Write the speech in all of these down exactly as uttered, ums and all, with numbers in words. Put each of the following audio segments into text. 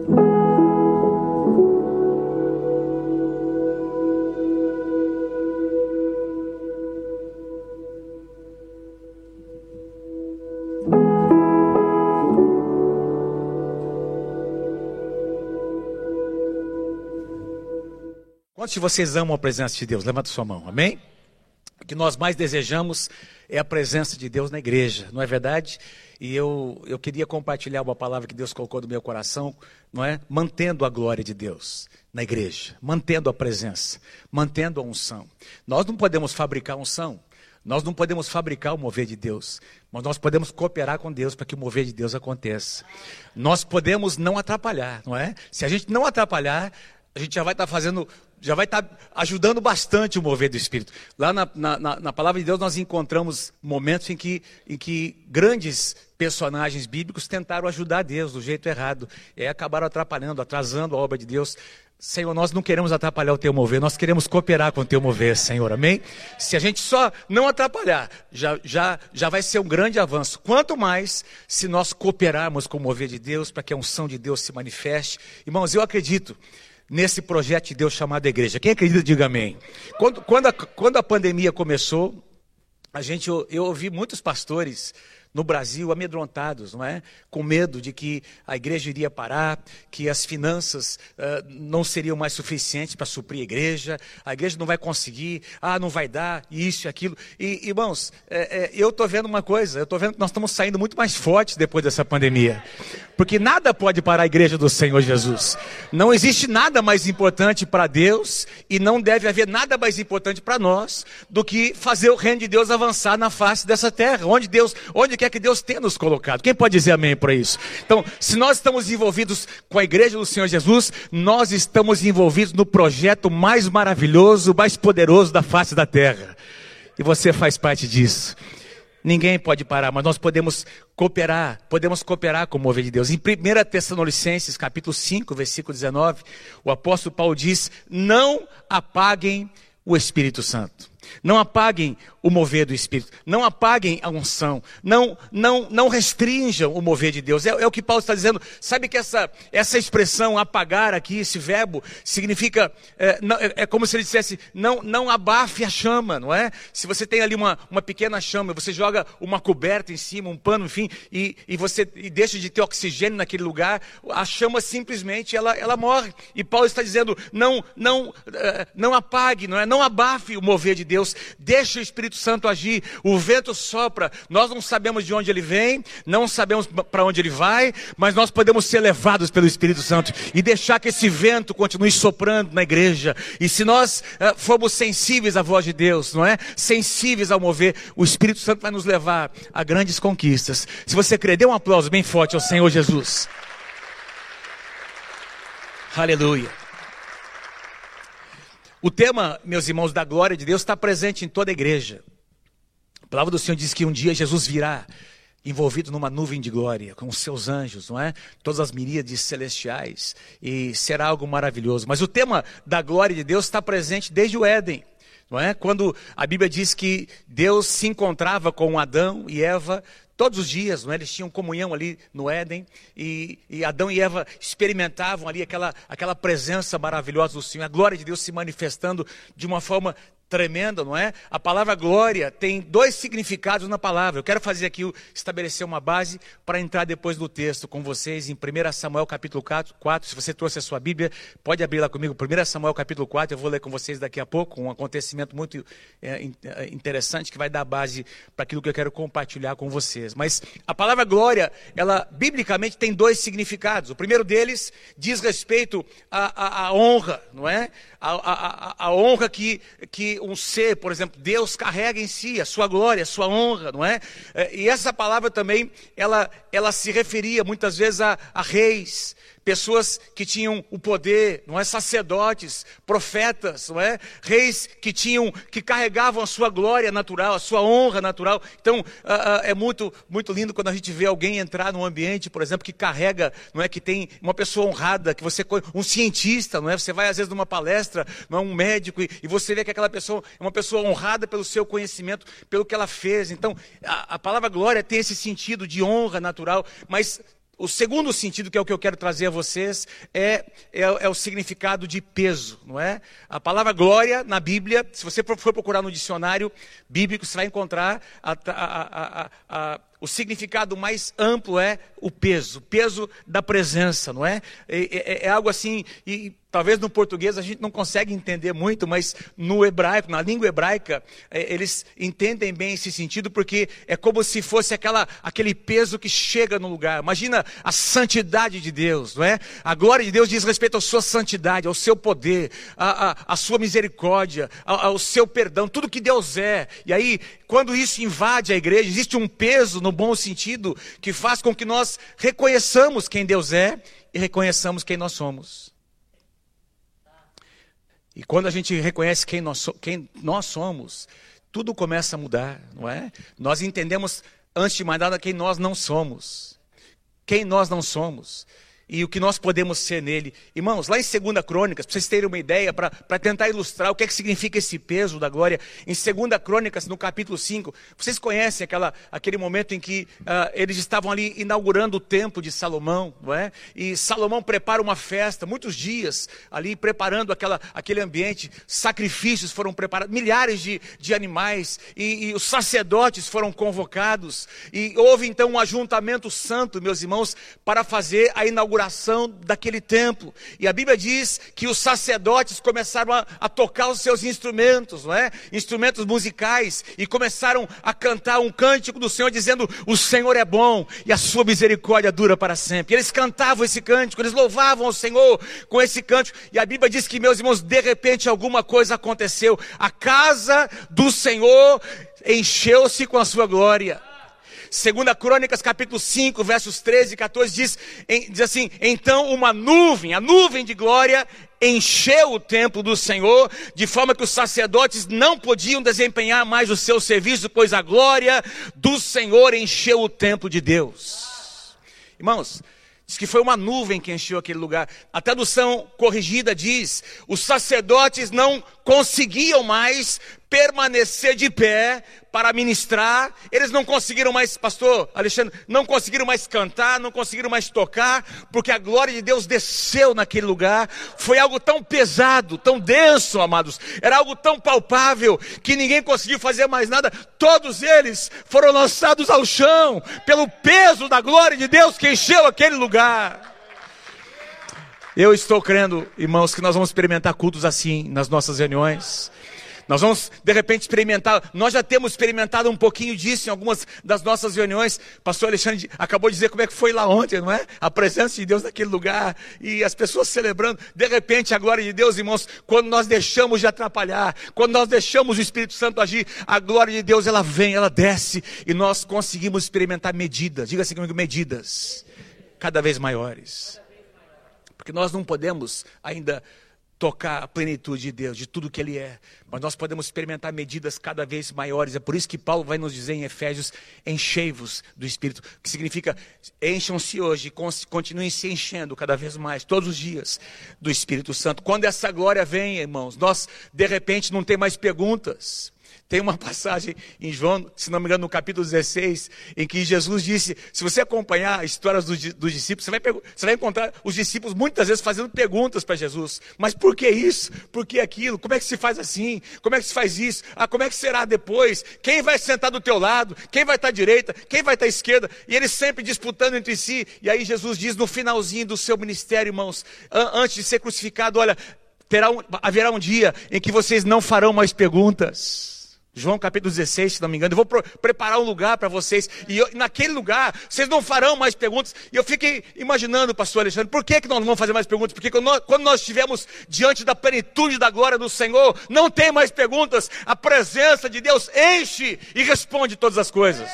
Quantos de vocês amam a presença de Deus? Levanta sua mão, amém? O que nós mais desejamos é a presença de Deus na igreja, não é verdade? E eu, eu queria compartilhar uma palavra que Deus colocou no meu coração, não é? Mantendo a glória de Deus na igreja, mantendo a presença, mantendo a unção. Nós não podemos fabricar unção, nós não podemos fabricar o mover de Deus, mas nós podemos cooperar com Deus para que o mover de Deus aconteça. Nós podemos não atrapalhar, não é? Se a gente não atrapalhar, a gente já vai estar fazendo... já vai estar ajudando bastante o mover do Espírito. Lá na, na, na palavra de Deus nós encontramos momentos em que, em que grandes personagens bíblicos tentaram ajudar Deus do jeito errado. E acabaram atrapalhando, atrasando a obra de Deus. Senhor, nós não queremos atrapalhar o teu mover, nós queremos cooperar com o teu mover, Senhor, amém? Se a gente só não atrapalhar, já, já, já vai ser um grande avanço. Quanto mais se nós cooperarmos com o mover de Deus, para que a unção de Deus se manifeste. Irmãos, eu acredito nesse projeto de Deus chamado igreja. Quem acredita, diga amém. Quando, quando, a, quando a pandemia começou, a gente, eu, eu ouvi muitos pastores no Brasil amedrontados, não é? Com medo de que a igreja iria parar, que as finanças uh, não seriam mais suficientes para suprir a igreja, a igreja não vai conseguir, ah, não vai dar, isso e aquilo. E, irmãos, é, é, eu estou vendo uma coisa, eu estou vendo que nós estamos saindo muito mais fortes depois dessa pandemia. Porque nada pode parar a igreja do Senhor Jesus. Não existe nada mais importante para Deus e não deve haver nada mais importante para nós do que fazer o reino de Deus avançar na face dessa terra, onde Deus, onde quer que Deus tenha nos colocado. Quem pode dizer amém para isso? Então, se nós estamos envolvidos com a igreja do Senhor Jesus, nós estamos envolvidos no projeto mais maravilhoso, mais poderoso da face da terra. E você faz parte disso. Ninguém pode parar, mas nós podemos cooperar, podemos cooperar com o mover de Deus. Em primeira Tessalonicenses, capítulo cinco, versículo dezenove, o apóstolo Paulo diz: não apaguem o Espírito Santo. Não apaguem o mover do Espírito, não apaguem a unção, não, não, não restringam o mover de Deus. É, é o que Paulo está dizendo. Sabe que essa, essa expressão apagar aqui, esse verbo, significa, é, não, é, é como se ele dissesse, não, não abafe a chama, não é? Se você tem ali uma, uma pequena chama, você joga uma coberta em cima, um pano, enfim, e, e você e deixa de ter oxigênio naquele lugar, a chama simplesmente, ela, ela morre. E Paulo está dizendo, não, não, não apague, não é? Não abafe o mover de Deus. Deus, deixa o Espírito Santo agir. O vento sopra, nós não sabemos de onde ele vem, não sabemos para onde ele vai, mas nós podemos ser levados pelo Espírito Santo e deixar que esse vento continue soprando na igreja. E se nós uh, formos sensíveis à voz de Deus, não é? Sensíveis ao mover, o Espírito Santo vai nos levar a grandes conquistas. Se você crer, dê um aplauso bem forte ao Senhor Jesus. Aleluia. O tema, meus irmãos, da glória de Deus está presente em toda a igreja. A palavra do Senhor diz que um dia Jesus virá envolvido numa nuvem de glória, com os seus anjos, não é? Todas as miríades celestiais, e será algo maravilhoso. Mas o tema da glória de Deus está presente desde o Éden, não é? Quando a Bíblia diz que Deus se encontrava com Adão e Eva todos os dias, não é? Eles tinham comunhão ali no Éden, e, e Adão e Eva experimentavam ali aquela, aquela presença maravilhosa do Senhor, a glória de Deus se manifestando de uma forma tremenda, não é? A palavra glória tem dois significados na palavra. Eu quero fazer aqui, estabelecer uma base para entrar depois do texto com vocês em primeira Samuel capítulo quatro. Se você trouxe a sua Bíblia, pode abrir lá comigo, primeira Samuel capítulo quatro, eu vou ler com vocês daqui a pouco, um acontecimento muito é, interessante que vai dar base para aquilo que eu quero compartilhar com vocês. Mas a palavra glória, ela biblicamente tem dois significados. O primeiro deles diz respeito à, à, à honra, não é? A, a, a, a honra que, que um ser, por exemplo, Deus carrega em si, a sua glória, a sua honra, não é? E essa palavra também, ela, ela se referia muitas vezes a, a reis, pessoas que tinham o poder, não é? Sacerdotes, profetas, não é? Reis que tinham, que carregavam a sua glória natural, a sua honra natural. Então, uh, uh, é muito, muito lindo quando a gente vê alguém entrar num ambiente, por exemplo, que carrega, não é? Que tem uma pessoa honrada, que você, um cientista, não é? Você vai às vezes numa palestra, não é? Um médico, e, e você vê que aquela pessoa é uma pessoa honrada pelo seu conhecimento, pelo que ela fez. Então, a, a palavra glória tem esse sentido de honra natural, mas O segundo sentido, que é o que eu quero trazer a vocês, é, é, é o significado de peso, não é? A palavra glória na Bíblia, se você for procurar no dicionário bíblico, você vai encontrar a, a, a, a, a, o significado mais amplo é o peso, o peso da presença, não é? É, é, é algo assim, e talvez no português a gente não consegue entender muito, mas no hebraico, na língua hebraica, é, eles entendem bem esse sentido, porque é como se fosse aquela, aquele peso que chega no lugar. Imagina a santidade de Deus, não é? A glória de Deus diz respeito à sua santidade, ao seu poder, à, à, à sua misericórdia, ao, ao seu perdão, tudo que Deus é. E aí, quando isso invade a igreja, existe um peso, no bom sentido, que faz com que nós reconheçamos quem Deus é e reconheçamos quem nós somos. E quando a gente reconhece quem nós, quem nós somos, tudo começa a mudar, não é? Nós entendemos, antes de mais nada, quem nós não somos. Quem nós não somos. E o que nós podemos ser nele. Irmãos, lá em segunda Crônicas, para vocês terem uma ideia, para tentar ilustrar o que é que significa esse peso da glória, em segunda Crônicas, no capítulo cinco, vocês conhecem aquela, aquele momento em que uh, eles estavam ali inaugurando o templo de Salomão, não é? E Salomão prepara uma festa, muitos dias ali preparando aquela, aquele ambiente, sacrifícios foram preparados, milhares de, de animais, e, e os sacerdotes foram convocados, e houve então um ajuntamento santo, meus irmãos, para fazer a inauguração daquele templo. E a Bíblia diz que os sacerdotes começaram a, a tocar os seus instrumentos, não é? Instrumentos musicais, e começaram a cantar um cântico do Senhor, dizendo: o Senhor é bom e a sua misericórdia dura para sempre. E eles cantavam esse cântico, eles louvavam o Senhor com esse cântico, e a Bíblia diz que, meus irmãos, de repente alguma coisa aconteceu. A casa do Senhor encheu-se com a sua glória. Segunda Crônicas, capítulo cinco, versos treze e quatorze, diz, em, diz assim: então uma nuvem, a nuvem de glória, encheu o templo do Senhor, de forma que os sacerdotes não podiam desempenhar mais o seu serviço, pois a glória do Senhor encheu o templo de Deus. Irmãos, diz que foi uma nuvem que encheu aquele lugar. A tradução corrigida diz: os sacerdotes não conseguiam mais permanecer de pé para ministrar, eles não conseguiram mais, pastor Alexandre, não conseguiram mais cantar, não conseguiram mais tocar, porque a glória de Deus desceu naquele lugar. Foi algo tão pesado, tão denso, amados, era algo tão palpável, que ninguém conseguiu fazer mais nada. Todos eles foram lançados ao chão, pelo peso da glória de Deus que encheu aquele lugar. Eu estou crendo, irmãos, que nós vamos experimentar cultos assim nas nossas reuniões. Nós vamos, de repente, experimentar, nós já temos experimentado um pouquinho disso em algumas das nossas reuniões. Pastor Alexandre acabou de dizer como é que foi lá ontem, não é? A presença de Deus naquele lugar, e as pessoas celebrando. De repente, a glória de Deus, irmãos, quando nós deixamos de atrapalhar, quando nós deixamos o Espírito Santo agir, a glória de Deus, ela vem, ela desce, e nós conseguimos experimentar medidas, diga assim comigo, medidas, cada vez maiores. Porque nós não podemos ainda tocar a plenitude de Deus, de tudo que Ele é, mas nós podemos experimentar medidas cada vez maiores. É por isso que Paulo vai nos dizer em Efésios: enchei-vos do Espírito, que significa encham-se hoje, continuem se enchendo cada vez mais, todos os dias, do Espírito Santo. Quando essa glória vem, irmãos, nós de repente não tem mais perguntas. Tem uma passagem em João, se não me engano, no capítulo dezesseis, em que Jesus disse, se você acompanhar histórias dos, dos discípulos, você vai, você vai encontrar os discípulos muitas vezes fazendo perguntas para Jesus. Mas por que isso? Por que aquilo? Como é que se faz assim? Como é que se faz isso? Ah, como é que será depois? Quem vai sentar do teu lado? Quem vai estar à direita? Quem vai estar à esquerda? E eles sempre disputando entre si. E aí Jesus diz no finalzinho do seu ministério, irmãos, antes de ser crucificado: olha, terá um, haverá um dia em que vocês não farão mais perguntas. João capítulo dezesseis, se não me engano. Eu vou pro, preparar um lugar para vocês, e eu, naquele lugar vocês não farão mais perguntas. E eu fiquei imaginando, pastor Alexandre, por que, que nós não vamos fazer mais perguntas? Porque quando nós, quando nós estivermos diante da plenitude da glória do Senhor, não tem mais perguntas. A presença de Deus enche e responde todas as coisas.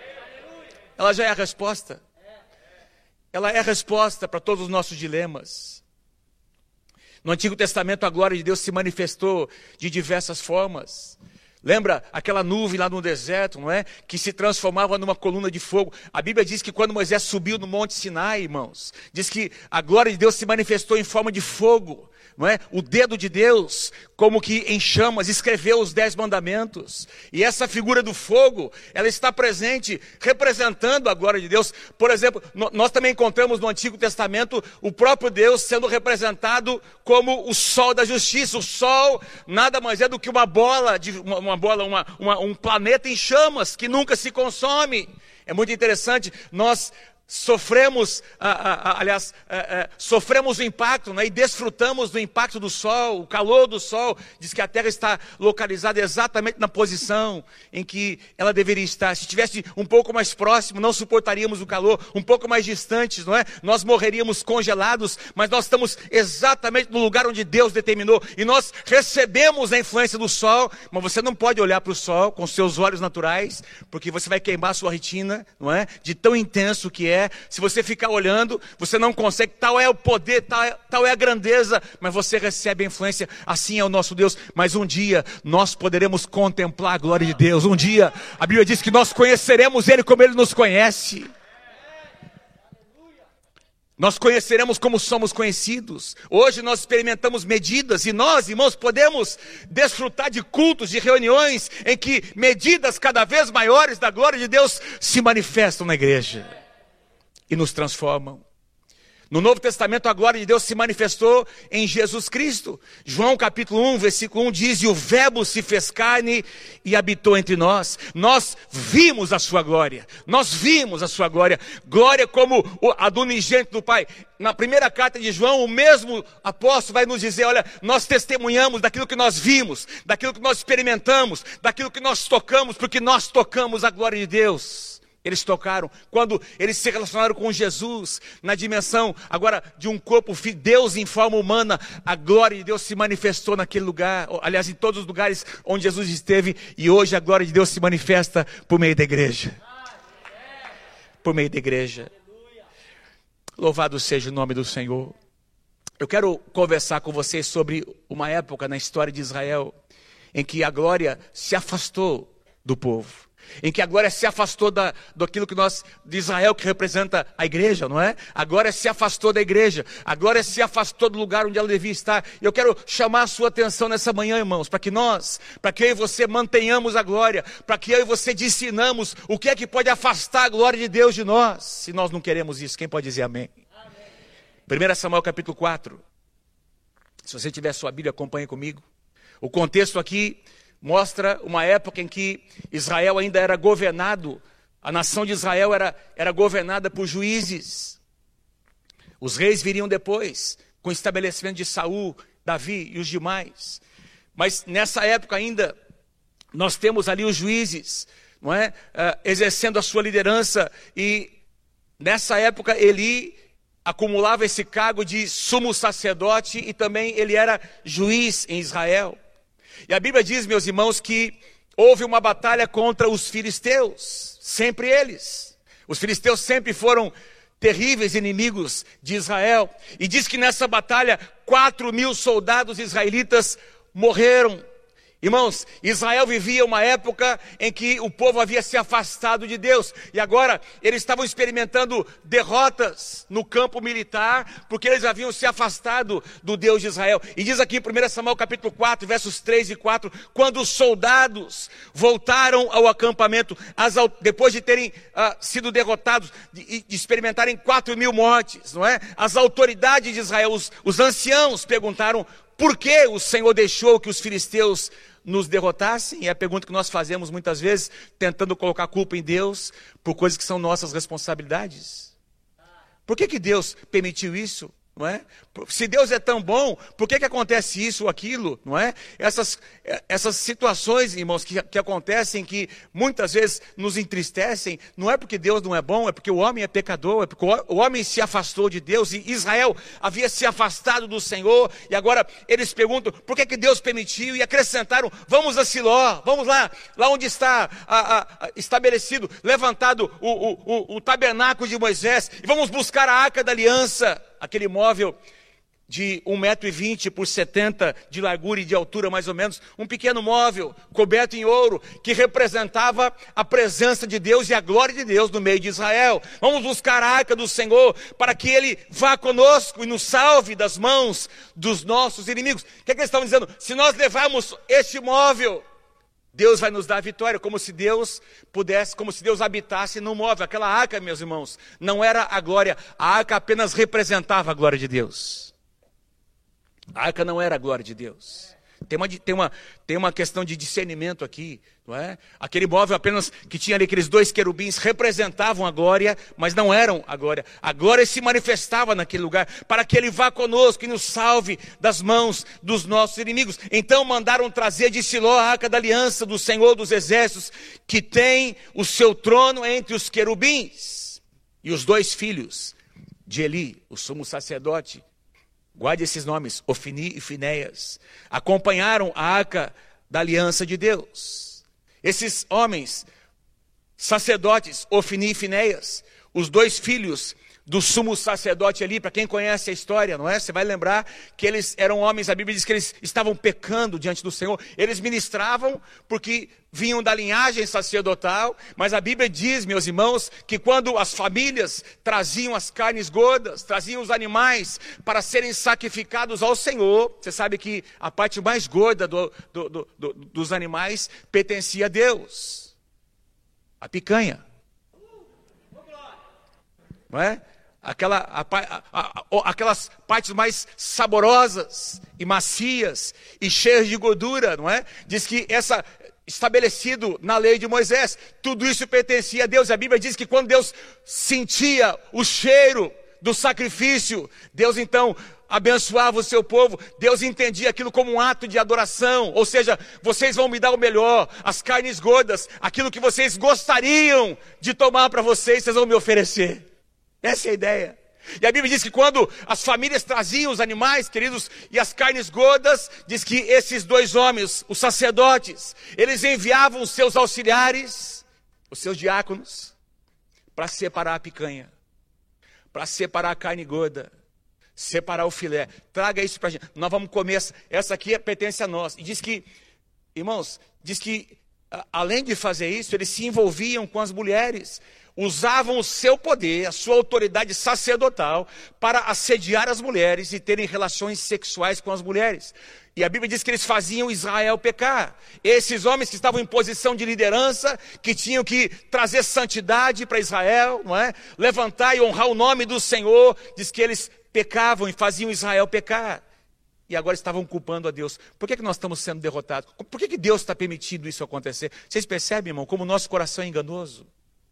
Ela já é a resposta. Ela é a resposta para todos os nossos dilemas. No Antigo Testamento, a glória de Deus se manifestou de diversas formas. Lembra aquela nuvem lá no deserto, não é? Que se transformava numa coluna de fogo. A Bíblia diz que quando Moisés subiu no Monte Sinai, irmãos, diz que a glória de Deus se manifestou em forma de fogo. não é? O dedo de Deus, como que em chamas, escreveu os dez mandamentos. E essa figura do fogo, ela está presente, representando a glória de Deus. Por exemplo, nós também encontramos no Antigo Testamento o próprio Deus sendo representado como o sol da justiça. O sol nada mais é do que uma bola, de, uma, uma bola, uma, uma, um planeta em chamas que nunca se consome. É muito interessante, nós sofremos, ah, ah, aliás, ah, ah, sofremos o impacto, né, e desfrutamos do impacto do sol, o calor do sol. Diz que a Terra está localizada exatamente na posição em que ela deveria estar. Se estivesse um pouco mais próximo, não suportaríamos o calor. Um pouco mais distantes, não é? Nós morreríamos congelados, mas nós estamos exatamente no lugar onde Deus determinou. E nós recebemos a influência do sol, mas você não pode olhar para o sol com seus olhos naturais, porque você vai queimar a sua retina, não é? De tão intenso que é. Se você ficar olhando, você não consegue, tal é o poder, tal é, tal é a grandeza, mas você recebe a influência. Assim é o nosso Deus. Mas um dia nós poderemos contemplar a glória de Deus. Um dia a Bíblia diz que nós conheceremos Ele como Ele nos conhece. Nós conheceremos como somos conhecidos. Hoje nós experimentamos medidas e nós, irmãos, podemos desfrutar de cultos, de reuniões em que medidas cada vez maiores da glória de Deus se manifestam na igreja e nos transformam. No Novo Testamento, a glória de Deus se manifestou em Jesus Cristo. João capítulo um, versículo um diz: e o verbo se fez carne e habitou entre nós. Nós vimos a sua glória. Nós vimos a sua glória. Glória como a do unigênito do Pai. Na primeira carta de João, o mesmo apóstolo vai nos dizer: olha, nós testemunhamos daquilo que nós vimos, daquilo que nós experimentamos, daquilo que nós tocamos, porque nós tocamos a glória de Deus. Eles tocaram, quando eles se relacionaram com Jesus, na dimensão agora de um corpo, Deus em forma humana, a glória de Deus se manifestou naquele lugar, aliás, em todos os lugares onde Jesus esteve, e hoje a glória de Deus se manifesta por meio da igreja. Por meio da igreja. Louvado seja o nome do Senhor. Eu quero conversar com vocês sobre uma época na história de Israel, em que a glória se afastou do povo. Em que a glória se afastou da, daquilo que nós, de Israel, que representa a igreja, não é? A glória se afastou da igreja, a glória se afastou do lugar onde ela devia estar. E eu quero chamar a sua atenção nessa manhã, irmãos, para que nós, para que eu e você mantenhamos a glória, para que eu e você discernamos o que é que pode afastar a glória de Deus de nós, se nós não queremos isso. Quem pode dizer amém? Amém. primeiro Samuel capítulo quatro, se você tiver sua Bíblia, acompanhe comigo. O contexto aqui mostra uma época em que Israel ainda era governado, a nação de Israel era, era governada por juízes. Os reis viriam depois, com o estabelecimento de Saul, Davi e os demais. Mas nessa época ainda, nós temos ali os juízes, não é? Uh, exercendo a sua liderança, e nessa época Eli acumulava esse cargo de sumo sacerdote e também ele era juiz em Israel. E a Bíblia diz, meus irmãos, que houve uma batalha contra os filisteus, sempre eles. Os filisteus sempre foram terríveis inimigos de Israel. E diz que nessa batalha, quatro mil soldados israelitas morreram. Irmãos, Israel vivia uma época em que o povo havia se afastado de Deus. E agora eles estavam experimentando derrotas no campo militar, porque eles haviam se afastado do Deus de Israel. E diz aqui em primeiro Samuel capítulo quatro, versos três e quatro, quando os soldados voltaram ao acampamento, as, depois de terem uh, sido derrotados, de, de experimentarem quatro mil mortes, não é? As autoridades de Israel, os, os anciãos perguntaram: por que o Senhor deixou que os filisteus nos derrotassem? E é a pergunta que nós fazemos muitas vezes, tentando colocar culpa em Deus por coisas que são nossas responsabilidades. Por que que Deus permitiu isso? Não é? Se Deus é tão bom, por que que acontece isso ou aquilo? Não é? Essas, essas situações, irmãos, que, que acontecem, que muitas vezes nos entristecem, não é porque Deus não é bom, é porque o homem é pecador, é porque o homem se afastou de Deus, e Israel havia se afastado do Senhor, e agora eles perguntam, por que que Deus permitiu? E acrescentaram: vamos a Siló, vamos lá, lá onde está a, a, a, estabelecido, levantado o, o, o, o tabernáculo de Moisés, e vamos buscar a Arca da Aliança, aquele móvel de um metro e vinte por setenta de largura e de altura, mais ou menos, um pequeno móvel coberto em ouro, que representava a presença de Deus e a glória de Deus no meio de Israel. Vamos buscar a arca do Senhor para que Ele vá conosco e nos salve das mãos dos nossos inimigos. O que é que eles estavam dizendo? Se nós levarmos este móvel, Deus vai nos dar a vitória, como se Deus pudesse, como se Deus habitasse no móvel. Aquela arca, meus irmãos, não era a glória, a arca apenas representava a glória de Deus. A arca não era a glória de Deus. Tem uma, tem uma, tem uma questão de discernimento aqui, não é? Aquele móvel apenas que tinha ali aqueles dois querubins representavam a glória, mas não eram a glória. A glória se manifestava naquele lugar para que Ele vá conosco e nos salve das mãos dos nossos inimigos. Então mandaram trazer de Siló a arca da aliança do Senhor dos Exércitos, que tem o seu trono entre os querubins. E os dois filhos de Eli, o sumo sacerdote, guarde esses nomes, Ofni e Finéias, acompanharam a arca da aliança de Deus. Esses homens, sacerdotes, Ofni e Finéias, os dois filhos do sumo sacerdote ali, para quem conhece a história, não é? Você vai lembrar que eles eram homens, a Bíblia diz que eles estavam pecando diante do Senhor. Eles ministravam porque vinham da linhagem sacerdotal, mas a Bíblia diz, meus irmãos, que quando as famílias traziam as carnes gordas, traziam os animais para serem sacrificados ao Senhor, você sabe que a parte mais gorda do, do, do, do, dos animais pertencia a Deus. A picanha. Não é? Aquela, a, a, a, aquelas partes mais saborosas e macias e cheias de gordura, não é? Diz que essa, estabelecido na lei de Moisés, tudo isso pertencia a Deus. A Bíblia diz que quando Deus sentia o cheiro do sacrifício, Deus então abençoava o seu povo. Deus entendia aquilo como um ato de adoração, ou seja, vocês vão me dar o melhor, as carnes gordas, aquilo que vocês gostariam de tomar para vocês, vocês vão me oferecer. Essa é a ideia. E a Bíblia diz que quando as famílias traziam os animais, queridos, e as carnes gordas, diz que esses dois homens, os sacerdotes, eles enviavam os seus auxiliares, os seus diáconos, para separar a picanha, para separar a carne gorda, separar o filé. Traga isso para a gente. Nós vamos comer, essa, essa aqui pertence a nós. E diz que, irmãos, diz que além de fazer isso, eles se envolviam com as mulheres, usavam o seu poder, a sua autoridade sacerdotal, para assediar as mulheres e terem relações sexuais com as mulheres. E a Bíblia diz que eles faziam Israel pecar. Esses homens que estavam em posição de liderança, que tinham que trazer santidade para Israel, não é? Levantar e honrar o nome do Senhor, diz que eles pecavam e faziam Israel pecar. E agora estavam culpando a Deus. Por que, que nós estamos sendo derrotados? Por que, que Deus está permitindo isso acontecer? Vocês percebem, irmão, como o nosso coração é enganoso?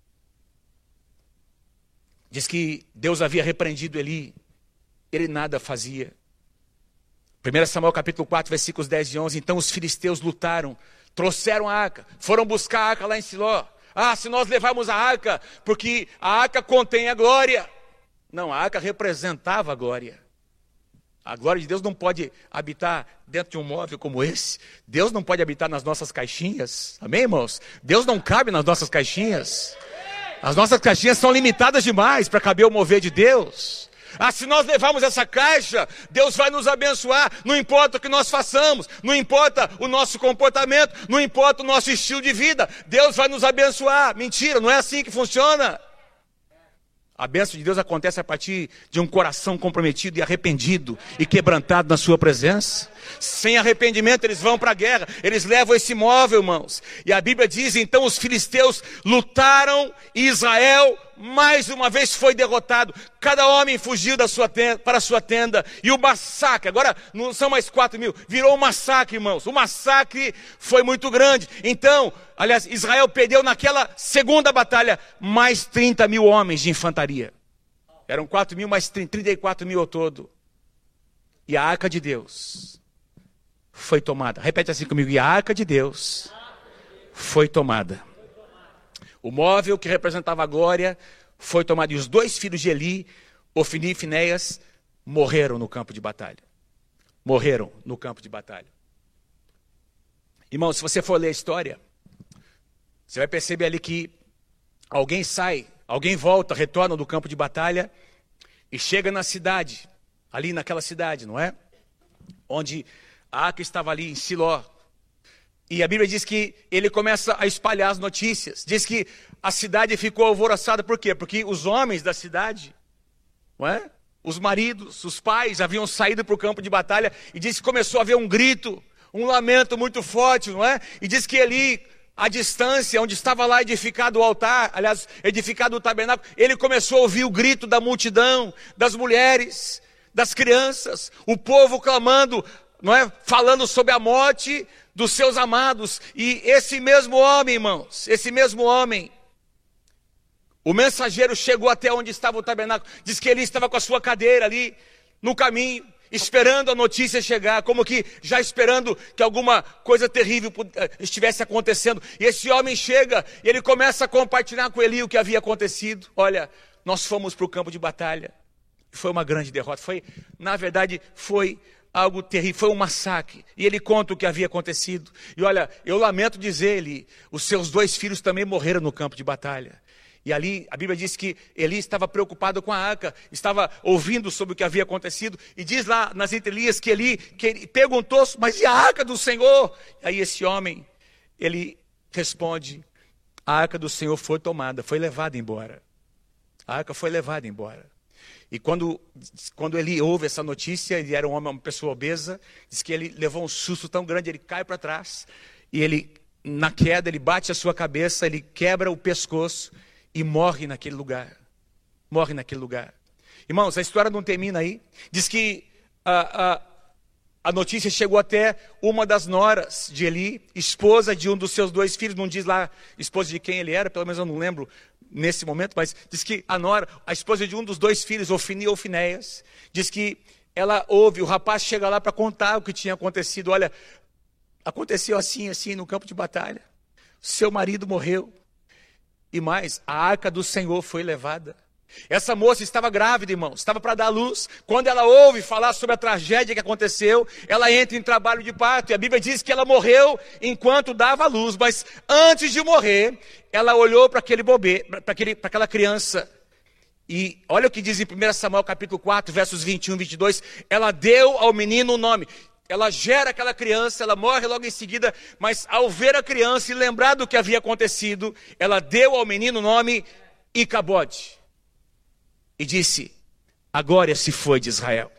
Diz que Deus havia repreendido Eli, ele nada fazia. primeiro Samuel capítulo quatro, versículos dez e onze. Então os filisteus lutaram, trouxeram a arca, foram buscar a arca lá em Siló. Ah, se nós levarmos a arca, porque a arca contém a glória. Não, a arca representava a glória. A glória de Deus não pode habitar dentro de um móvel como esse. Deus não pode habitar nas nossas caixinhas. Amém, irmãos? Deus não cabe nas nossas caixinhas. As nossas caixinhas são limitadas demais para caber o mover de Deus. Ah, se nós levarmos essa caixa, Deus vai nos abençoar. Não importa o que nós façamos, não importa o nosso comportamento, não importa o nosso estilo de vida, Deus vai nos abençoar. Mentira, não é assim que funciona. A bênção de Deus acontece a partir de um coração comprometido e arrependido e quebrantado na sua presença. Sem arrependimento eles vão para a guerra, eles levam esse móvel, irmãos. E a Bíblia diz, então os filisteus lutaram e Israel mais uma vez foi derrotado. Cada homem fugiu da sua tenda, para a sua tenda. E o massacre, agora não são mais quatro mil, virou um massacre, irmãos. O massacre foi muito grande. Então, aliás, Israel perdeu naquela segunda batalha mais trinta mil homens de infantaria. Eram quatro mil mais trinta e quatro mil ao todo. E a arca de Deus foi tomada. Repete assim comigo. E a arca de Deus foi tomada. O móvel que representava a glória foi tomado. E os dois filhos de Eli, Ofni e Finéias, morreram no campo de batalha. Morreram no campo de batalha. Irmão, se você for ler a história, você vai perceber ali que alguém sai, alguém volta, retorna do campo de batalha e chega na cidade. ali naquela cidade, não é? Onde a arca estava ali em Siló. E a Bíblia diz que ele começa a espalhar as notícias. Diz que a cidade ficou alvoroçada. Por quê? Porque os homens da cidade, não é? Os maridos, os pais haviam saído para o campo de batalha. E diz que começou a haver um grito, um lamento muito forte, não é? E diz que ali, à distância, onde estava lá edificado o altar, aliás, edificado o tabernáculo, ele começou a ouvir o grito da multidão, das mulheres, das crianças, o povo clamando, não é? Falando sobre a morte dos seus amados. E esse mesmo homem, irmãos, esse mesmo homem, o mensageiro chegou até onde estava o tabernáculo. Diz que ele estava com a sua cadeira ali no caminho, esperando a notícia chegar, como que já esperando que alguma coisa terrível estivesse acontecendo. E esse homem chega e ele começa a compartilhar com Eli o que havia acontecido. Olha, nós fomos para o campo de batalha. Foi uma grande derrota. Foi, na verdade, foi algo terrível, foi um massacre. E ele conta o que havia acontecido. E olha, eu lamento dizer, Eli, os seus dois filhos também morreram no campo de batalha. E ali a Bíblia diz que Eli estava preocupado com a arca, estava ouvindo sobre o que havia acontecido. E diz lá nas entrelinhas que Eli, que ele perguntou, mas e a arca do Senhor? E aí esse homem, ele responde, a arca do Senhor foi tomada, foi levada embora. A arca foi levada embora. E quando, quando ele ouve essa notícia, ele era um homem, uma pessoa obesa, diz que ele levou um susto tão grande, ele cai para trás, e ele, na queda, ele bate a sua cabeça, ele quebra o pescoço e morre naquele lugar. Morre naquele lugar. Irmãos, a história não termina aí. Diz que a, a, a notícia chegou até uma das noras de Eli, esposa de um dos seus dois filhos, não diz lá esposa de quem ele era, pelo menos eu não lembro nesse momento, mas diz que a nora, a esposa de um dos dois filhos, Ofni ou Finéias, diz que ela ouve, o rapaz chega lá para contar o que tinha acontecido. Olha, aconteceu assim, assim, no campo de batalha. Seu marido morreu. E mais, a arca do Senhor foi levada. Essa moça estava grávida, irmãos, estava para dar luz. Quando ela ouve falar sobre a tragédia que aconteceu, ela entra em trabalho de parto. E a Bíblia diz que ela morreu enquanto dava luz. Mas antes de morrer, ela olhou para aquele bebê, para aquele, para aquela criança. E olha o que diz em primeiro Samuel capítulo quatro, versos vinte e um e vinte e dois. Ela deu ao menino um nome. Ela gera aquela criança, ela morre logo em seguida, mas ao ver a criança e lembrar do que havia acontecido, ela deu ao menino o nome Icabode. E disse, a glória se foi de Israel.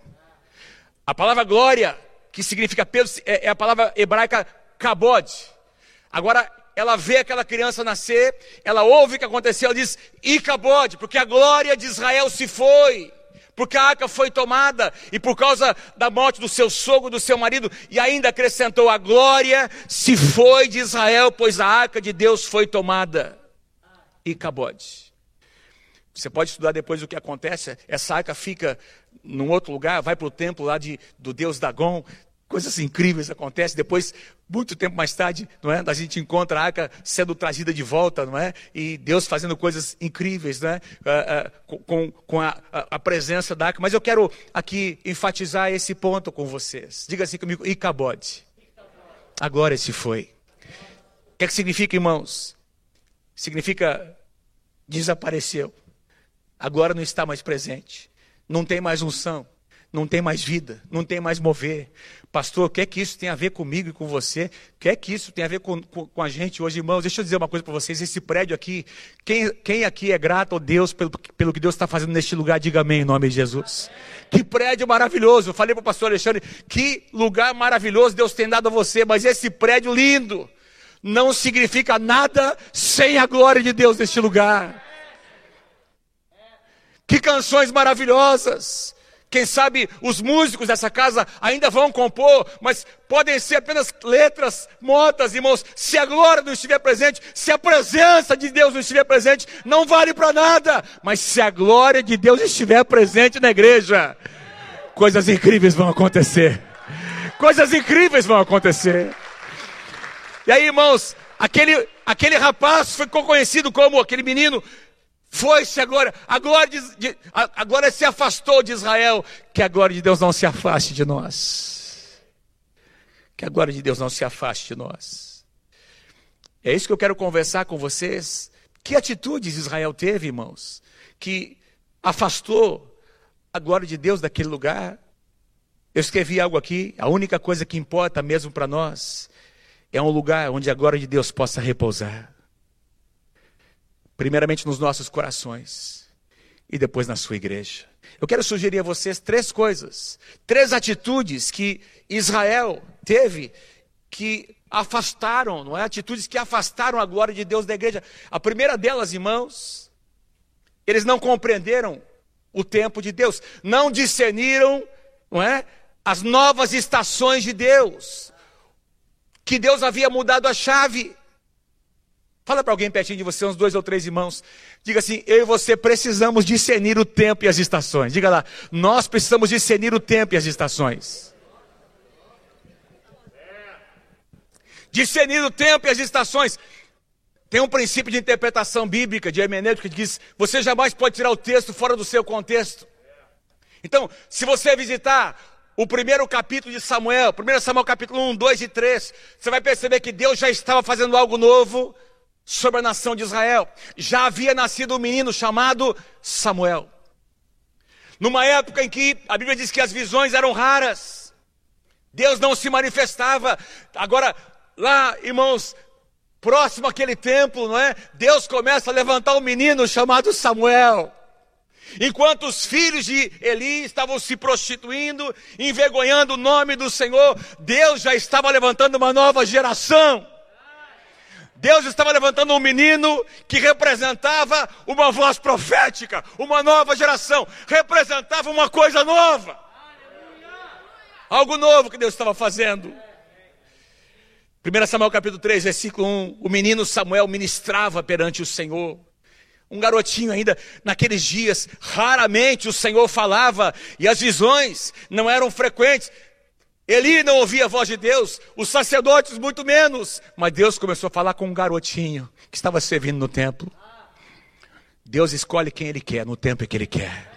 A palavra glória, que significa peso, é a palavra hebraica kabod. Agora, ela vê aquela criança nascer, ela ouve o que aconteceu, ela diz, Icabode, porque a glória de Israel se foi. Porque a arca foi tomada, e por causa da morte do seu sogro, do seu marido, e ainda acrescentou, a glória se foi de Israel, pois a arca de Deus foi tomada. Icabode. Você pode estudar depois o que acontece, essa arca fica num outro lugar, vai para o templo lá de, do deus Dagon, coisas incríveis acontecem. Depois, muito tempo mais tarde, não é? A gente encontra a arca sendo trazida de volta, não é? E Deus fazendo coisas incríveis, não é? Uh, uh, com, com a, a presença da arca. Mas eu quero aqui enfatizar esse ponto com vocês. Diga assim comigo, Icabode. Agora se foi. O que é que significa, irmãos? Significa desapareceu. Agora não está mais presente. Não tem mais unção. Não tem mais vida, não tem mais mover. Pastor, o que é que isso tem a ver comigo e com você? O que é que isso tem a ver com, com, com a gente hoje, irmãos? Deixa eu dizer uma coisa para vocês, esse prédio aqui, quem, quem aqui é grato a Deus pelo, pelo que Deus está fazendo neste lugar, diga amém em nome de Jesus. Que prédio maravilhoso, eu falei para o pastor Alexandre, que lugar maravilhoso Deus tem dado a você, mas esse prédio lindo não significa nada sem a glória de Deus neste lugar. Que canções maravilhosas. Quem sabe os músicos dessa casa ainda vão compor, mas podem ser apenas letras mortas, irmãos. Se a glória não estiver presente, se a presença de Deus não estiver presente, não vale para nada. Mas se a glória de Deus estiver presente na igreja, coisas incríveis vão acontecer. Coisas incríveis vão acontecer. E aí, irmãos, aquele, aquele rapaz ficou conhecido como aquele menino. Foi-se a glória, a glória, de, de, a, a glória se afastou de Israel, que a glória de Deus não se afaste de nós. Que a glória de Deus não se afaste de nós. É isso que eu quero conversar com vocês. Que atitudes Israel teve, irmãos, que afastou a glória de Deus daquele lugar? Eu escrevi algo aqui, a única coisa que importa mesmo para nós é um lugar onde a glória de Deus possa repousar. Primeiramente nos nossos corações e depois na sua igreja. Eu quero sugerir a vocês três coisas, três atitudes que Israel teve que afastaram, não é? Atitudes que afastaram a glória de Deus da igreja. A primeira delas, irmãos, eles não compreenderam o tempo de Deus, não discerniram, não é? As novas estações de Deus, que Deus havia mudado a chave. Fala para alguém pertinho de você, uns dois ou três irmãos. Diga assim: eu e você precisamos discernir o tempo e as estações. Diga lá: nós precisamos discernir o tempo e as estações. Discernir o tempo e as estações. Tem um princípio de interpretação bíblica, de hermenêutica, que diz: você jamais pode tirar o texto fora do seu contexto. Então, se você visitar o primeiro capítulo de Samuel, primeiro Samuel capítulo um, dois e três, você vai perceber que Deus já estava fazendo algo novo sobre a nação de Israel. Já havia nascido um menino chamado Samuel. Numa época em que a Bíblia diz que as visões eram raras, Deus não se manifestava. Agora, lá, irmãos, próximo àquele templo, não é? Deus começa a levantar um menino chamado Samuel. Enquanto os filhos de Eli estavam se prostituindo, envergonhando o nome do Senhor, Deus já estava levantando uma nova geração. Deus estava levantando um menino que representava uma voz profética, uma nova geração, representava uma coisa nova. Algo novo que Deus estava fazendo. primeiro Samuel capítulo três, versículo um, o menino Samuel ministrava perante o Senhor. Um garotinho ainda, naqueles dias, raramente o Senhor falava, e as visões não eram frequentes. Eli não ouvia a voz de Deus, os sacerdotes muito menos, mas Deus começou a falar com um garotinho que estava servindo no templo. Deus escolhe quem Ele quer, no tempo que Ele quer.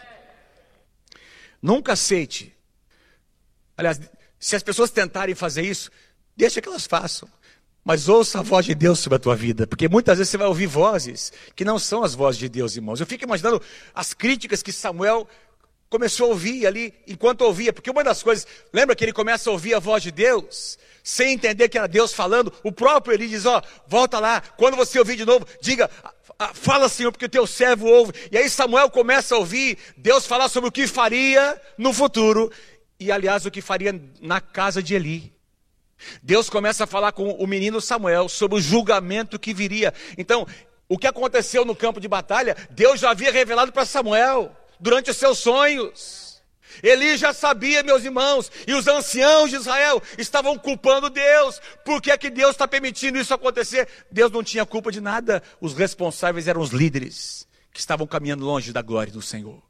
Nunca aceite. Aliás, se as pessoas tentarem fazer isso, deixa que elas façam. Mas ouça a voz de Deus sobre a tua vida, porque muitas vezes você vai ouvir vozes que não são as vozes de Deus, irmãos. Eu fico imaginando as críticas que Samuel começou a ouvir ali, enquanto ouvia, porque uma das coisas, lembra que ele começa a ouvir a voz de Deus, sem entender que era Deus falando. O próprio Eli diz: ó, volta lá, quando você ouvir de novo, diga, fala, Senhor, porque o teu servo ouve. E aí Samuel começa a ouvir Deus falar sobre o que faria no futuro, e aliás, o que faria na casa de Eli. Deus começa a falar com o menino Samuel sobre o julgamento que viria. Então, o que aconteceu no campo de batalha, Deus já havia revelado para Samuel durante os seus sonhos. Eli já sabia, meus irmãos, e os anciãos de Israel estavam culpando Deus. Por que é que Deus está permitindo isso acontecer? Deus não tinha culpa de nada. Os responsáveis eram os líderes que estavam caminhando longe da glória do Senhor.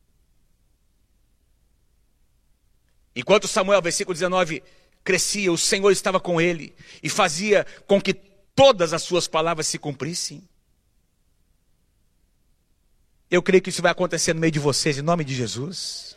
Enquanto Samuel, versículo dezenove, crescia, o Senhor estava com ele e fazia com que todas as suas palavras se cumprissem. Eu creio que isso vai acontecer no meio de vocês, em nome de Jesus.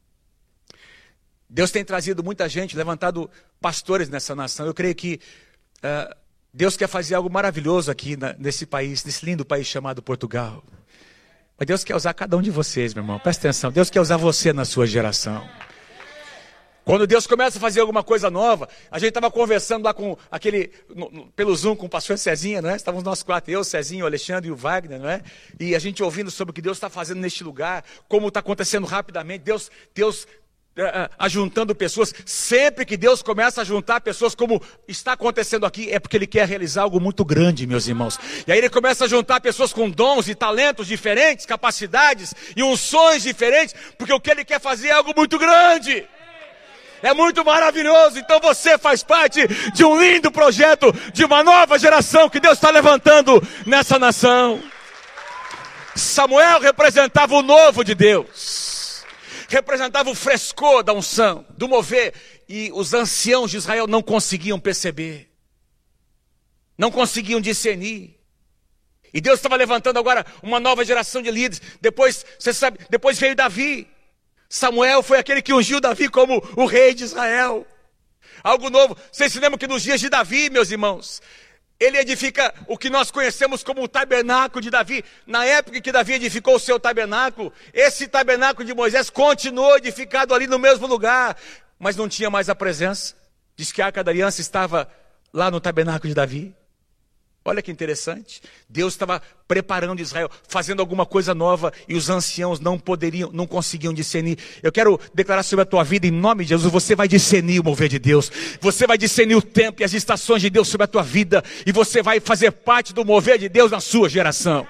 Deus tem trazido muita gente, levantado pastores nessa nação. Eu creio que uh, Deus quer fazer algo maravilhoso aqui na, nesse país, nesse lindo país chamado Portugal. Mas Deus quer usar cada um de vocês, meu irmão. Presta atenção, Deus quer usar você na sua geração. Quando Deus começa a fazer alguma coisa nova, a gente estava conversando lá com aquele, no, no, pelo Zoom com o pastor Cezinha, não é? Estávamos nós quatro, eu, o Cezinha, o Alexandre e o Wagner, não é? E a gente ouvindo sobre o que Deus está fazendo neste lugar, como está acontecendo rapidamente, Deus, Deus uh, ajuntando pessoas. Sempre que Deus começa a juntar pessoas, como está acontecendo aqui, é porque Ele quer realizar algo muito grande, meus irmãos. E aí Ele começa a juntar pessoas com dons e talentos diferentes, capacidades e unções diferentes, porque o que Ele quer fazer é algo muito grande. É muito maravilhoso. Então você faz parte de um lindo projeto, de uma nova geração que Deus está levantando nessa nação. Samuel representava o novo de Deus, representava o frescor da unção, do mover, e os anciãos de Israel não conseguiam perceber, não conseguiam discernir. E Deus estava levantando agora uma nova geração de líderes. Depois, você sabe, depois veio Davi. Samuel foi aquele que ungiu Davi como o rei de Israel. Algo novo. Vocês se lembram que nos dias de Davi, meus irmãos, ele edifica o que nós conhecemos como o tabernáculo de Davi. Na época que Davi edificou o seu tabernáculo, esse tabernáculo de Moisés continuou edificado ali no mesmo lugar. mas não tinha mais a presença. Diz que a Arca da Aliança estava lá no tabernáculo de Davi. Olha que interessante. Deus estava preparando Israel, fazendo alguma coisa nova, e os anciãos não poderiam, não conseguiam discernir. Eu quero declarar sobre a tua vida, em nome de Jesus, você vai discernir o mover de Deus. Você vai discernir o tempo e as estações de Deus sobre a tua vida, e você vai fazer parte do mover de Deus na sua geração.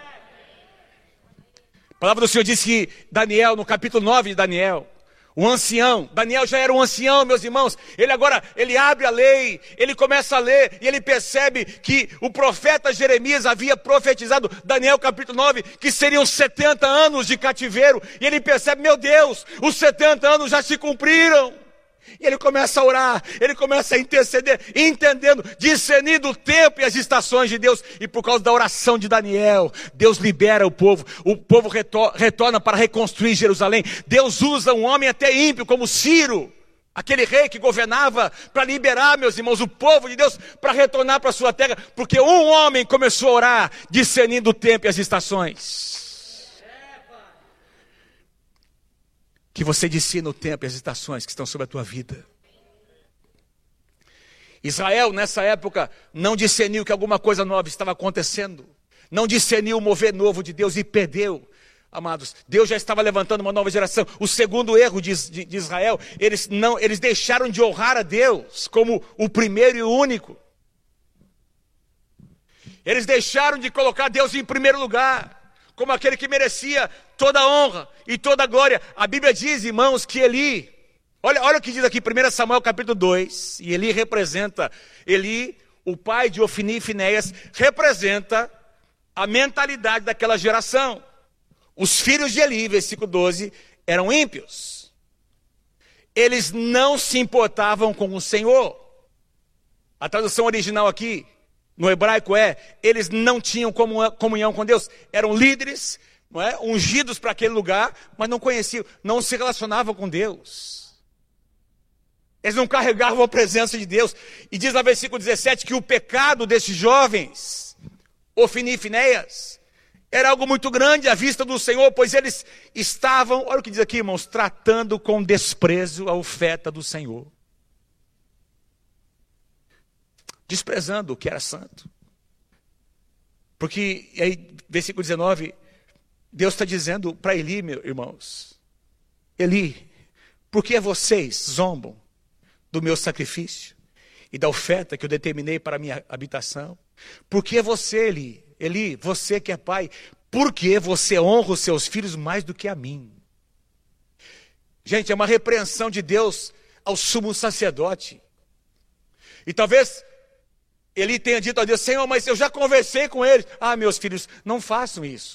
A palavra do Senhor diz que Daniel, no capítulo nove de Daniel, o ancião, Daniel já era um ancião, meus irmãos. Ele agora, ele abre a lei, ele começa a ler, e ele percebe que o profeta Jeremias havia profetizado, Daniel capítulo nove, que seriam setenta anos de cativeiro. E ele percebe, meu Deus, os setenta anos já se cumpriram. E ele começa a orar, ele começa a interceder, entendendo, discernindo o tempo e as estações de Deus. E por causa da oração de Daniel, Deus libera o povo. O povo retor- retorna para reconstruir Jerusalém. Deus usa um homem até ímpio como Ciro, aquele rei que governava, para liberar, meus irmãos, o povo de Deus para retornar para a sua terra. Porque um homem começou a orar, discernindo o tempo e as estações. Que você discina o tempo e as estações que estão sobre a tua vida. Israel, nessa época, não discerniu que alguma coisa nova estava acontecendo. Não discerniu o mover novo de Deus e perdeu. Amados, Deus já estava levantando uma nova geração. O segundo erro de, de, de Israel, eles, não, eles deixaram de honrar a Deus como o primeiro e o único. Eles deixaram de colocar Deus em primeiro lugar, como aquele que merecia toda a honra e toda a glória. A Bíblia diz, irmãos, que Eli, olha, olha o que diz aqui, primeiro Samuel capítulo dois, e Eli representa, Eli, o pai de Ofni e Finéias, representa a mentalidade daquela geração. Os filhos de Eli, versículo doze, eram ímpios. Eles não se importavam com o Senhor. A tradução original aqui, no hebraico é, eles não tinham comunhão com Deus, eram líderes, não é, ungidos para aquele lugar, mas não conheciam, não se relacionavam com Deus. Eles não carregavam a presença de Deus. E diz no versículo dezessete que o pecado desses jovens, Ofni e Finéias, era algo muito grande à vista do Senhor, pois eles estavam, olha o que diz aqui, irmãos, tratando com desprezo a oferta do Senhor. Desprezando o que era santo. Porque, aí, versículo dezenove, Deus está dizendo para Eli, meus irmãos, Eli, por que vocês zombam do meu sacrifício e da oferta que eu determinei para a minha habitação? Por que você, Eli, Eli, você que é pai, por que você honra os seus filhos mais do que a mim? Gente, é uma repreensão de Deus ao sumo sacerdote. E talvez Eli tenha dito a Deus, Senhor, mas eu já conversei com eles. Ah, meus filhos, não façam isso.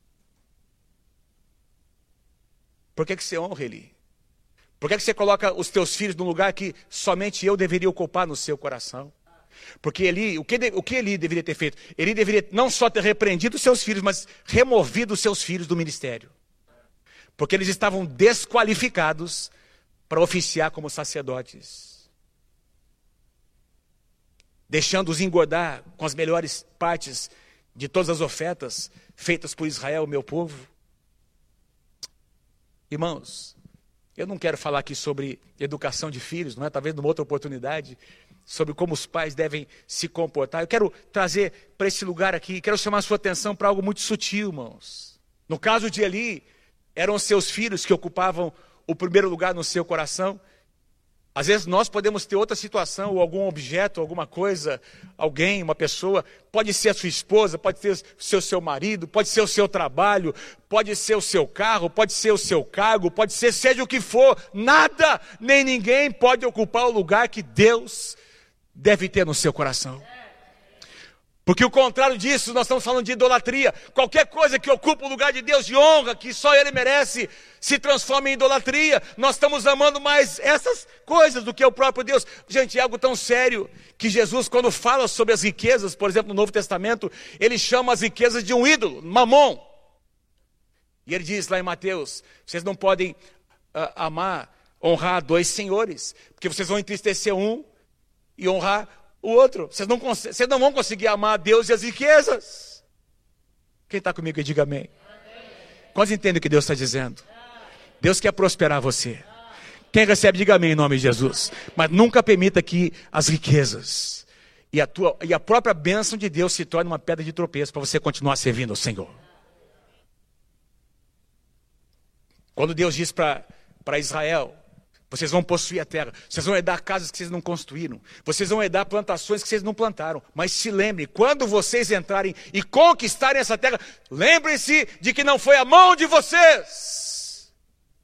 Por que que você honra Eli? Por que que você coloca os teus filhos num lugar que somente eu deveria ocupar no seu coração? Porque Eli, o que, o que Eli deveria ter feito? Eli deveria não só ter repreendido os seus filhos, mas removido os seus filhos do ministério. Porque eles estavam desqualificados para oficiar como sacerdotes. Deixando-os engordar com as melhores partes de todas as ofertas feitas por Israel, meu povo. Irmãos, eu não quero falar aqui sobre educação de filhos, não é? Talvez numa outra oportunidade, sobre como os pais devem se comportar. Eu quero trazer para esse lugar aqui, quero chamar a sua atenção para algo muito sutil, irmãos. No caso de Eli, eram seus filhos que ocupavam o primeiro lugar no seu coração. Às vezes nós podemos ter outra situação, ou algum objeto, alguma coisa, alguém, uma pessoa, pode ser a sua esposa, pode ser o seu, seu marido, pode ser o seu trabalho, pode ser o seu carro, pode ser o seu cargo, pode ser seja o que for, nada, nem ninguém pode ocupar o lugar que Deus deve ter no seu coração. Porque o contrário disso, nós estamos falando de idolatria. Qualquer coisa que ocupa o lugar de Deus de honra, que só Ele merece, se transforma em idolatria. Nós estamos amando mais essas coisas do que o próprio Deus. Gente, é algo tão sério que Jesus, quando fala sobre as riquezas, por exemplo, no Novo Testamento, Ele chama as riquezas de um ídolo, mamon. E Ele diz lá em Mateus, vocês não podem uh, amar, honrar dois senhores, porque vocês vão entristecer um e honrar o outro. Vocês não, vocês não vão conseguir amar a Deus e as riquezas. Quem está comigo e diga amém. Amém. Quantos entendem o que Deus está dizendo? Deus quer prosperar você. Quem recebe, diga amém em nome de Jesus. Mas nunca permita que as riquezas e a, tua, e a própria bênção de Deus se torne uma pedra de tropeço para você continuar servindo ao Senhor. Quando Deus diz para Israel, vocês vão possuir a terra, vocês vão herdar casas que vocês não construíram, vocês vão herdar plantações que vocês não plantaram. Mas se lembrem, quando vocês entrarem e conquistarem essa terra, lembrem-se de que não foi a mão de vocês,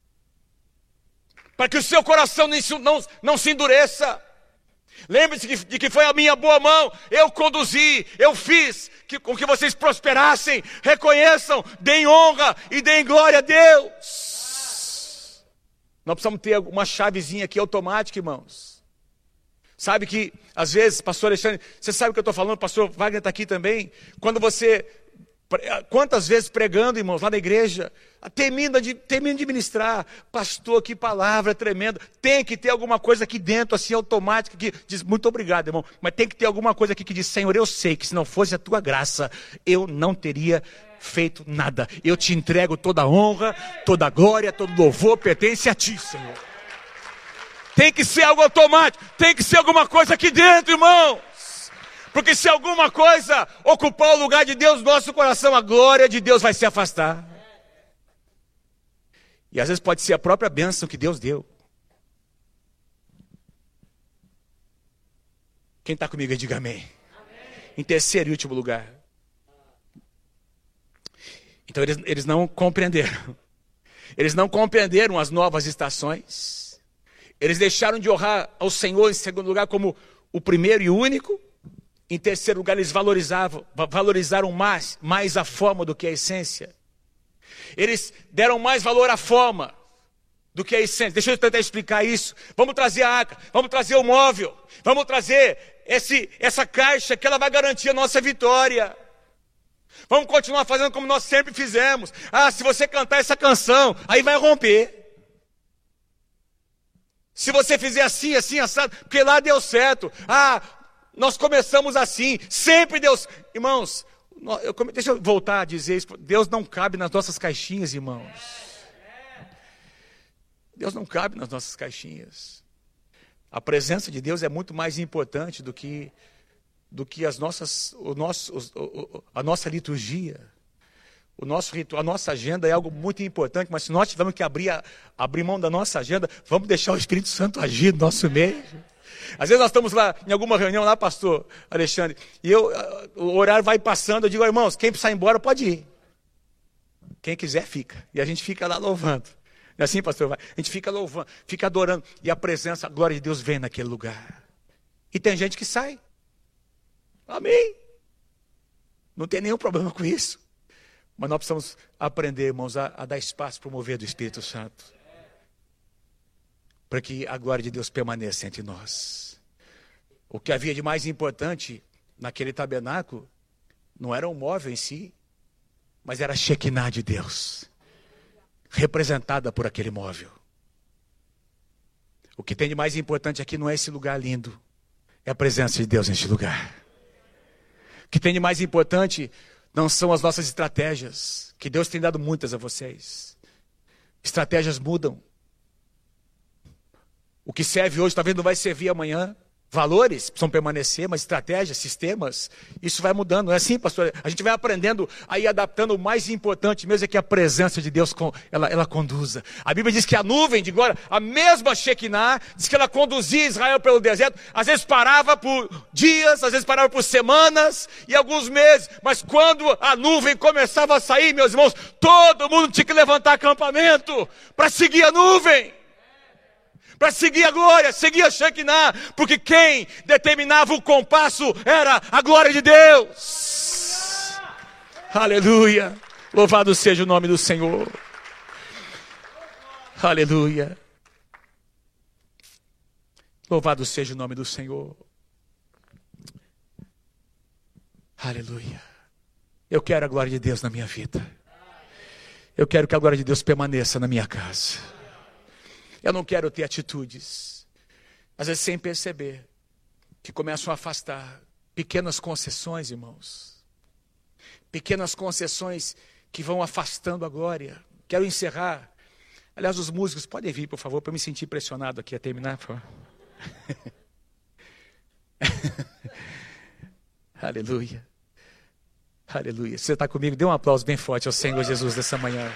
para que o seu coração não, não, não se endureça. Lembre-se de, de que foi a minha boa mão, eu conduzi, eu fiz que, com que vocês prosperassem. Reconheçam, deem honra e deem glória a Deus. Nós precisamos ter uma chavezinha aqui automática, irmãos. Sabe que, às vezes, pastor Alexandre, você sabe o que eu estou falando, pastor Wagner está aqui também. Quando você, quantas vezes pregando, irmãos, lá na igreja, termina de, termina de ministrar, pastor, que palavra tremenda. Tem que ter alguma coisa aqui dentro, assim, automática, que diz, muito obrigado, irmão, mas tem que ter alguma coisa aqui que diz, Senhor, eu sei que se não fosse a tua graça, eu não teria feito nada. Eu te entrego toda a honra, toda a glória, todo louvor pertence a ti, Senhor. Tem que ser algo automático, tem que ser alguma coisa aqui dentro, irmãos. Porque se alguma coisa ocupar o lugar de Deus no nosso coração, a glória de Deus vai se afastar. E às vezes pode ser a própria bênção que Deus deu. Quem está comigo aí, diga amém. Amém. Em terceiro e último lugar. Então eles, eles não compreenderam. Eles não compreenderam as novas estações. Eles deixaram de honrar ao Senhor em segundo lugar como o primeiro e único. Em terceiro lugar, eles valorizavam, valorizaram mais, mais a forma do que a essência. Eles deram mais valor à forma do que a essência. Deixa eu tentar explicar isso. Vamos trazer a arca, vamos trazer o móvel, vamos trazer esse, essa caixa que ela vai garantir a nossa vitória. Vamos continuar fazendo como nós sempre fizemos. Ah, se você cantar essa canção, aí vai romper. Se você fizer assim, assim, assado, porque lá deu certo. Ah, nós começamos assim, sempre Deus... Irmãos, eu, deixa eu voltar a dizer isso. Deus não cabe nas nossas caixinhas, irmãos. Deus não cabe nas nossas caixinhas. A presença de Deus é muito mais importante do que... do que as nossas, o nosso, o, a nossa liturgia, o nosso ritual, a nossa agenda é algo muito importante, mas se nós tivermos que abrir, a, abrir mão da nossa agenda, vamos deixar o Espírito Santo agir no nosso meio. Às vezes nós estamos lá em alguma reunião lá, pastor Alexandre, e eu, o horário vai passando, eu digo, irmãos, quem precisar ir embora pode ir. Quem quiser fica. E a gente fica lá louvando. Não é assim, pastor? A gente fica louvando, fica adorando, e a presença, a glória de Deus vem naquele lugar. E tem gente que sai. Amém. Não tem nenhum problema com isso. Mas nós precisamos aprender, irmãos, a, a dar espaço para o mover do Espírito Santo. Para que a glória de Deus permaneça entre nós. O que havia de mais importante naquele tabernáculo não era o móvel em si, mas era a Shekinah de Deus, representada por aquele móvel. O que tem de mais importante aqui não é esse lugar lindo, é a presença de Deus neste lugar. O que tem de mais importante não são as nossas estratégias, que Deus tem dado muitas a vocês. Estratégias mudam. O que serve hoje talvez não vai servir amanhã. Valores precisam permanecer, mas estratégias, sistemas, isso vai mudando. Não é assim, pastor? A gente vai aprendendo a ir adaptando. O mais importante mesmo é que a presença de Deus ela, ela conduza. A Bíblia diz que a nuvem de glória, a mesma Shekinah, diz que ela conduzia Israel pelo deserto. Às vezes parava por dias, às vezes parava por semanas e alguns meses. Mas quando a nuvem começava a sair, meus irmãos, todo mundo tinha que levantar acampamento para seguir a nuvem. Para seguir a glória, seguir a Shekinah, porque quem determinava o compasso era a glória de Deus. Aleluia, louvado seja o nome do Senhor. Aleluia, louvado seja o nome do Senhor. Aleluia, eu quero a glória de Deus na minha vida. Eu quero que a glória de Deus permaneça na minha casa. Eu não quero ter atitudes, às vezes sem perceber, que começam a afastar. Pequenas concessões, irmãos. Pequenas concessões que vão afastando a glória. Quero encerrar Aliás, os músicos podem vir, por favor, para eu me sentir pressionado aqui a terminar, por favor. Aleluia. Aleluia. Você está comigo? Dê um aplauso bem forte ao Senhor Jesus nessa manhã.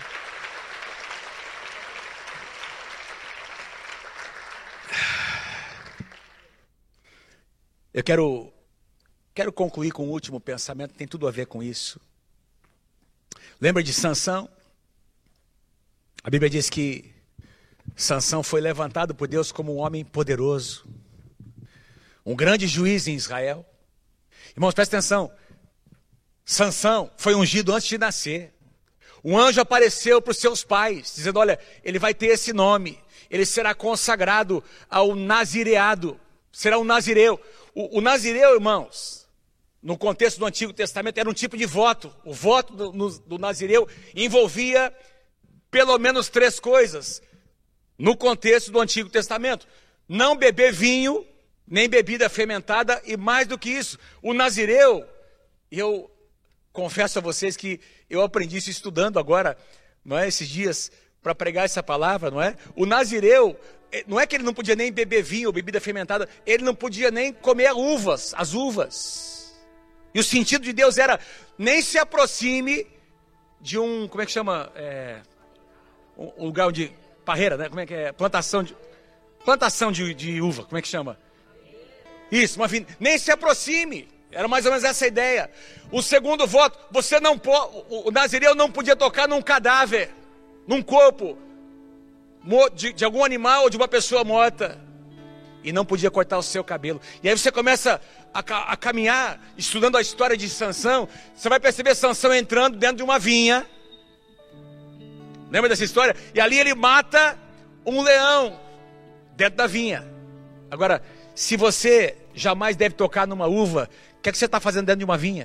Eu quero, quero concluir com o último pensamento, tem tudo a ver com isso. Lembra de Sansão? A Bíblia diz que Sansão foi levantado por Deus como um homem poderoso, um grande juiz em Israel. Irmãos, presta atenção. Sansão foi ungido antes de nascer. Um anjo apareceu para os seus pais, dizendo, olha, ele vai ter esse nome, ele será consagrado ao nazireado, será um nazireu. O, o nazireu, irmãos, no contexto do Antigo Testamento, era um tipo de voto. O voto do, no, do nazireu envolvia pelo menos três coisas, no contexto do Antigo Testamento. Não beber vinho, nem bebida fermentada, e mais do que isso, o nazireu, eu confesso a vocês que eu aprendi isso estudando agora, não é, esses dias, para pregar essa palavra, não é? O nazireu, não é que ele não podia nem beber vinho ou bebida fermentada, ele não podia nem comer uvas, as uvas. E o sentido de Deus era, nem se aproxime de um, como é que chama? É, um lugar onde, parreira, né? Como é que é? Plantação de, plantação de, de uva, como é que chama? Isso, uma, nem se aproxime. Era mais ou menos essa a ideia. O segundo voto, você não pode, o nazireu não podia tocar num cadáver, num corpo de, de algum animal ou de uma pessoa morta, e não podia cortar o seu cabelo. E aí você começa a, a caminhar, estudando a história de Sansão, você vai perceber Sansão entrando dentro de uma vinha. Lembra dessa história? E ali ele mata um leão dentro da vinha. Agora, se você jamais deve tocar numa uva, o que é que você está fazendo dentro de uma vinha?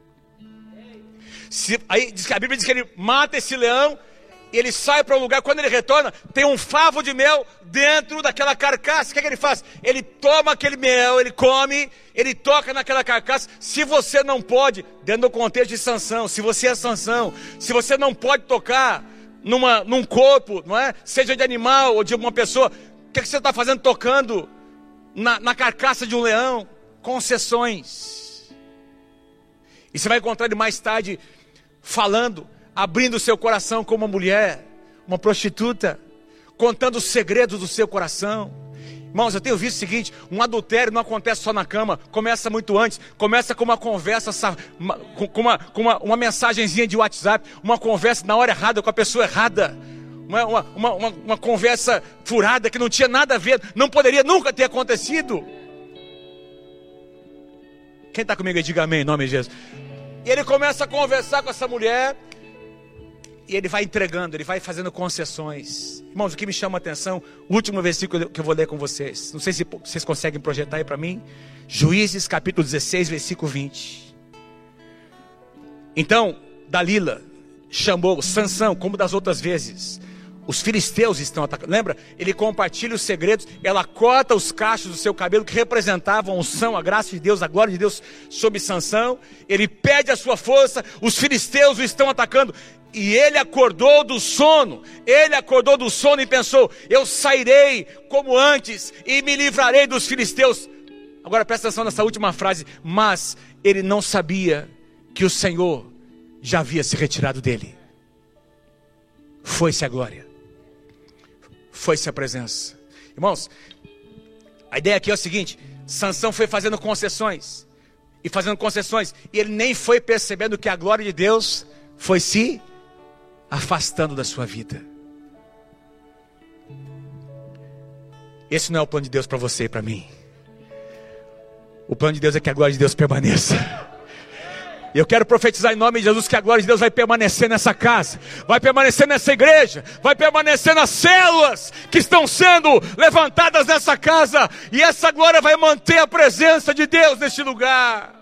Se, aí diz que a Bíblia diz que ele mata esse leão, e ele sai para um lugar, quando ele retorna, tem um favo de mel dentro daquela carcaça. O que é que ele faz? Ele toma aquele mel, ele come, ele toca naquela carcaça. Se você não pode, dentro do contexto de Sansão, se você é Sansão, se você não pode tocar numa, num corpo, não é? Seja de animal ou de uma pessoa, o que é que você está fazendo tocando na, na carcaça de um leão? Concessões. E você vai encontrar ele mais tarde falando, abrindo o seu coração como uma mulher, uma prostituta, contando os segredos do seu coração. Irmãos, eu tenho visto o seguinte, um adultério não acontece só na cama, começa muito antes, começa com uma conversa, com uma, com uma, uma mensagenzinha de WhatsApp, uma conversa na hora errada com a pessoa errada, uma, uma, uma, uma, uma conversa furada que não tinha nada a ver, não poderia nunca ter acontecido. Quem está comigo aí, diga amém, em nome de Jesus. E ele começa a conversar com essa mulher, e ele vai entregando, ele vai fazendo concessões. Irmãos, o que me chama a atenção, o último versículo que eu vou ler com vocês, não sei se vocês conseguem projetar aí para mim, Juízes capítulo dezesseis, versículo vinte. Então, Dalila chamou Sansão, como das outras vezes. Os filisteus estão atacando. Lembra? Ele compartilha os segredos. Ela corta os cachos do seu cabelo que representavam a unção, a graça de Deus, a glória de Deus sobre Sansão. Ele perde a sua força. Os filisteus o estão atacando. E ele acordou do sono. Ele acordou do sono e pensou: eu sairei como antes e me livrarei dos filisteus. Agora presta atenção nessa última frase. Mas ele não sabia que o Senhor já havia se retirado dele. Foi-se a glória. Foi-se a presença. Irmãos, a ideia aqui é o seguinte: Sansão foi fazendo concessões, e fazendo concessões, e ele nem foi percebendo que a glória de Deus foi se afastando da sua vida. Esse não é o plano de Deus para você e para mim. O plano de Deus é que a glória de Deus permaneça. Eu quero profetizar em nome de Jesus que a glória de Deus vai permanecer nessa casa, vai permanecer nessa igreja, vai permanecer nas células que estão sendo levantadas nessa casa, e essa glória vai manter a presença de Deus neste lugar.